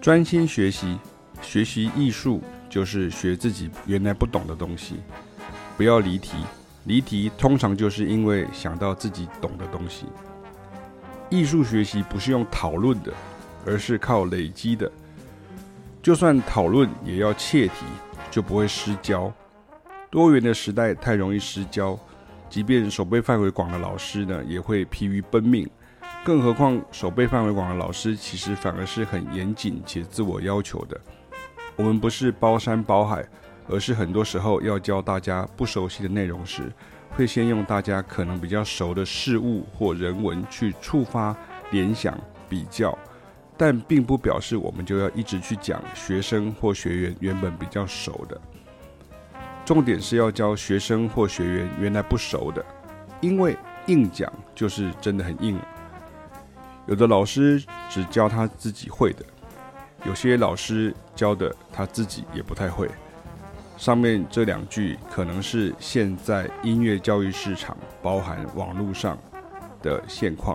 专心学习，学习艺术就是学自己原来不懂的东西，不要离题。离题通常就是因为想到自己懂的东西。艺术学习不是用讨论的，而是靠累积的。就算讨论也要切题，就不会失焦。多元的时代太容易失焦，即便手背范围广的老师呢，也会疲于奔命。更何况手背范围广的老师其实反而是很严谨且自我要求的。我们不是包山包海，而是很多时候要教大家不熟悉的内容时，会先用大家可能比较熟的事物或人文去触发、联想、比较，但并不表示我们就要一直去讲学生或学员原本比较熟的。重点是要教学生或学员原来不熟的，因为硬讲就是真的很硬。有的老师只教他自己会的，有些老师教的他自己也不太会。上面这两句可能是现在音乐教育市场包含网络上的现况。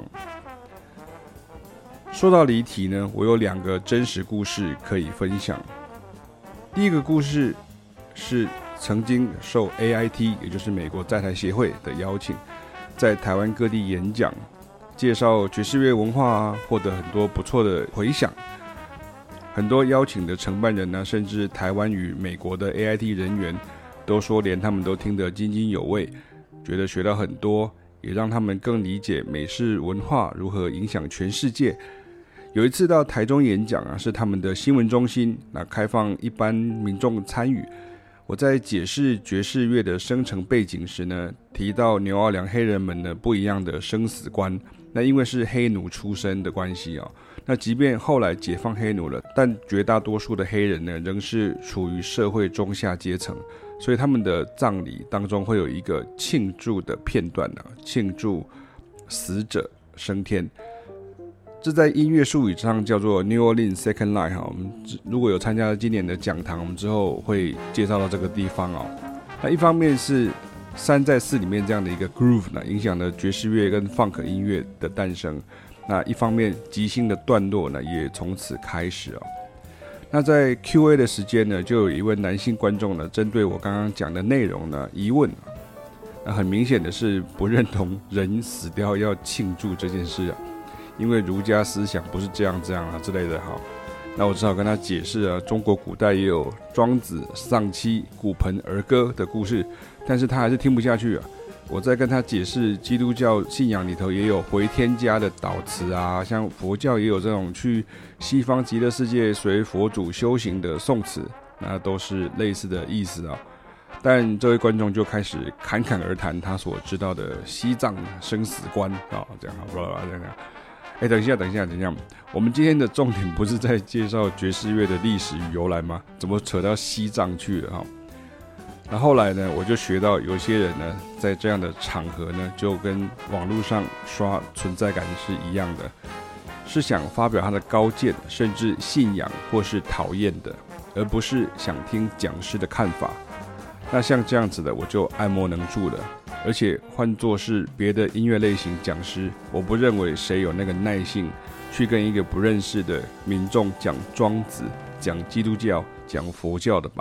说到离题呢，我有2个真实故事可以分享。第一个故事是曾经受 AIT 也就是美国在台协会的邀请，在台湾各地演讲，介绍爵士乐文化获得很多不错的回响。很多邀请的承办人呢，甚至台湾与美国的 AIT 人员都说，连他们都听得津津有味，觉得学到很多，也让他们更理解美式文化如何影响全世界。有一次到台中演讲是他们的新闻中心，开放一般民众参与。我在解释爵士乐的生成背景时呢，提到纽奥良黑人们呢不一样的生死观。那因为是黑奴出身的关系那即便后来解放黑奴了，但绝大多数的黑人呢仍是处于社会中下阶层，所以他们的葬礼当中会有一个庆祝的片段庆祝死者升天。这在音乐术语上叫做 New Orleans Second Life 我们如果有参加今年的讲堂，我们之后会介绍到这个地方那一方面是3在4里面这样的一个 groove 呢，影响了爵士乐跟 funk 音乐的诞生。那一方面即兴的段落呢，也从此开始那在 Q&A 的时间呢，就有一位男性观众呢，针对我刚刚讲的内容呢疑问。那很明显的是不认同人死掉要庆祝这件事因为儒家思想不是这样之类的那我只好跟他解释中国古代也有庄子丧妻骨盆儿歌的故事，但是他还是听不下去我在跟他解释基督教信仰里头也有回天家的祷词像佛教也有这种去西方极乐世界随佛祖修行的诵词，那都是类似的意思但这位观众就开始侃侃而谈他所知道的西藏生死观这样等一下，我们今天的重点不是在介绍爵士乐的历史与由来吗？怎么扯到西藏去了那后来呢，我就学到有些人呢，在这样的场合呢，就跟网络上刷存在感是一样的，是想发表他的高见，甚至信仰或是讨厌的，而不是想听讲师的看法。那像这样子的，我就爱莫能助了。而且换作是别的音乐类型讲师，我不认为谁有那个耐性去跟一个不认识的民众讲庄子、讲基督教、讲佛教的吧。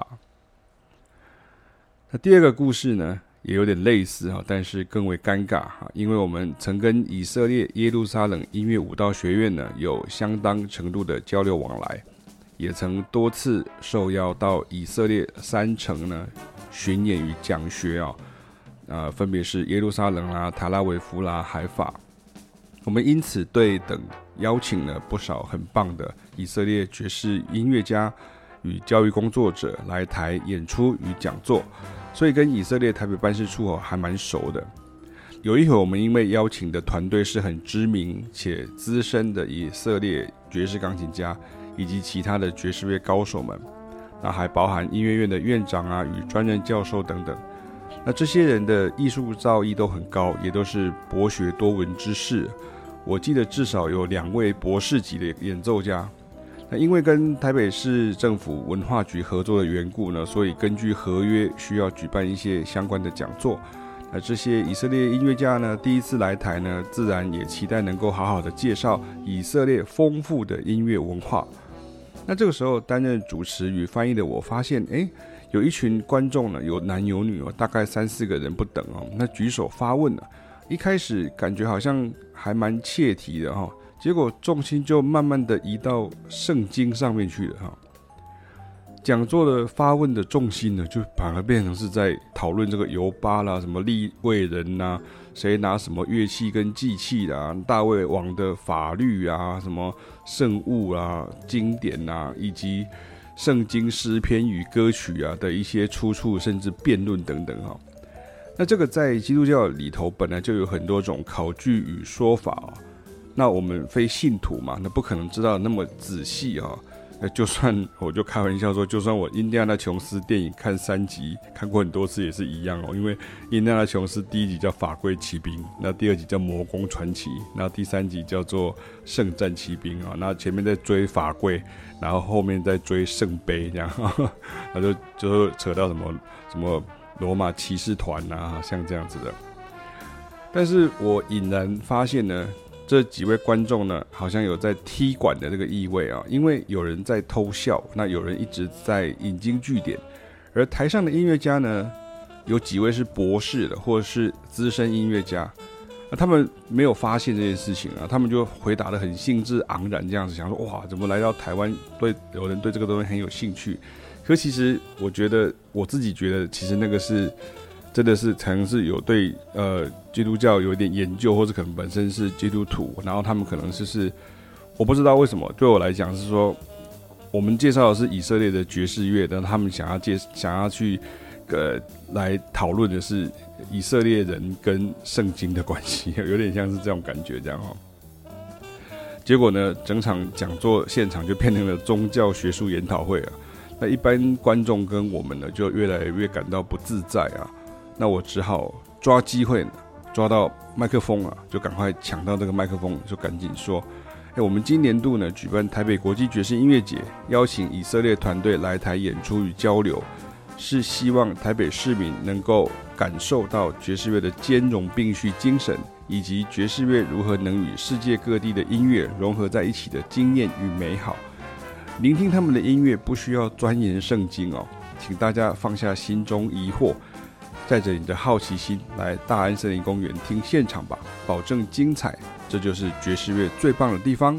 那第二个故事呢，也有点类似但是更为尴尬因为我们曾跟以色列耶路撒冷音乐舞蹈学院呢有相当程度的交流往来，也曾多次受邀到以色列3城呢巡演与讲学分别是耶路撒冷塔拉维夫海法。我们因此对等邀请了不少很棒的以色列爵士音乐家与教育工作者来台演出与讲座，所以跟以色列台北办事处还蛮熟的。有一回我们因为邀请的团队是很知名且资深的以色列爵士钢琴家以及其他的爵士乐高手们，那还包含音乐院的院长与专任教授等等。那这些人的艺术造诣都很高，也都是博学多闻之士。我记得至少有2位博士级的演奏家。那因为跟台北市政府文化局合作的缘故呢，所以根据合约需要举办一些相关的讲座。那这些以色列音乐家呢，第一次来台呢，自然也期待能够好好的介绍以色列丰富的音乐文化。 那这个时候担任主持与翻译的我发现，有一群观众呢，有男有女大概3-4个人不等那举手发问一开始感觉好像还蛮切题的结果重心就慢慢的移到圣经上面去了讲座的发问的重心呢，就反而变成是在讨论这个犹巴啦，什么利未人啦，谁拿什么乐器跟祭器啦，大卫王的法律啊，什么圣物啊、经典啊，以及圣经诗篇与歌曲啊的一些出处，甚至辩论等等那这个在基督教里头本来就有很多种考据与说法那我们非信徒嘛，那不可能知道那么仔细就算我就开玩笑说，就算我印第安纳琼斯电影看3集，看过很多次也是一样因为印第安纳琼斯第1集叫法柜骑兵，那第2集叫魔宫传奇，然后第3集叫做圣战骑兵那前面在追法柜，然后后面在追圣杯这样那就扯到什么罗马骑士团像这样子的。但是我隐然发现呢，这几位观众呢，好像有在踢馆的这个意味因为有人在偷笑，那有人一直在引经据典，而台上的音乐家呢，有几位是博士的，或者是资深音乐家，他们没有发现这件事情他们就回答得很兴致昂然，这样子想说，哇，怎么来到台湾，有人对这个东西很有兴趣？可其实我自己觉得，其实那个是。真的是可能是有对基督教有一点研究，或者可能本身是基督徒，然后他们可能是我不知道为什么，对我来讲是说，我们介绍的是以色列的爵士乐，但他们想要去来讨论的是以色列人跟圣经的关系，有点像是这种感觉这样结果呢，整场讲座现场就变成了宗教学术研讨会那一般观众跟我们呢，就越来越感到不自在那我只好抓机会抓到麦克风就赶快抢到这个麦克风，就赶紧说，我们今年度呢举办台北国际爵士音乐节，邀请以色列团队来台演出与交流，是希望台北市民能够感受到爵士乐的兼容并蓄精神，以及爵士乐如何能与世界各地的音乐融合在一起的经验与美好。聆听他们的音乐不需要钻研圣经请大家放下心中疑惑，带着你的好奇心来大安森林公园听现场吧，保证精彩，这就是爵士乐最棒的地方。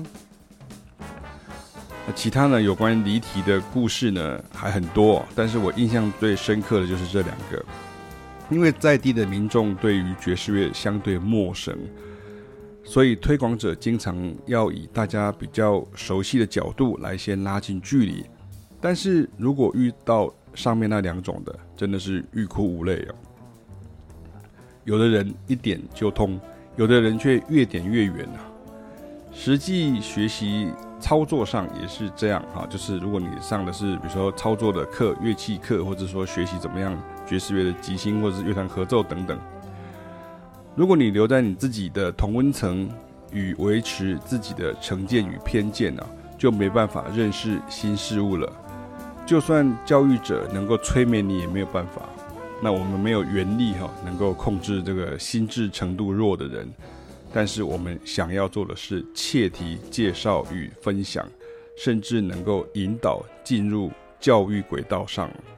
其他呢有关离题的故事呢还很多但是我印象最深刻的就是这2个，因为在地的民众对于爵士乐相对陌生，所以推广者经常要以大家比较熟悉的角度来先拉近距离，但是如果遇到上面那2种的，真的是欲哭无泪有的人一点就通，有的人却越点越远实际学习操作上也是这样就是如果你上的是比如说操作的课、乐器课，或者说学习怎么样爵士乐的即兴或者是乐团合奏等等，如果你留在你自己的同温层与维持自己的成见与偏见就没办法认识新事物了。就算教育者能够催眠你也没有办法，那我们没有原力能够控制这个心智程度弱的人，但是我们想要做的是切题介绍与分享，甚至能够引导进入教育轨道上。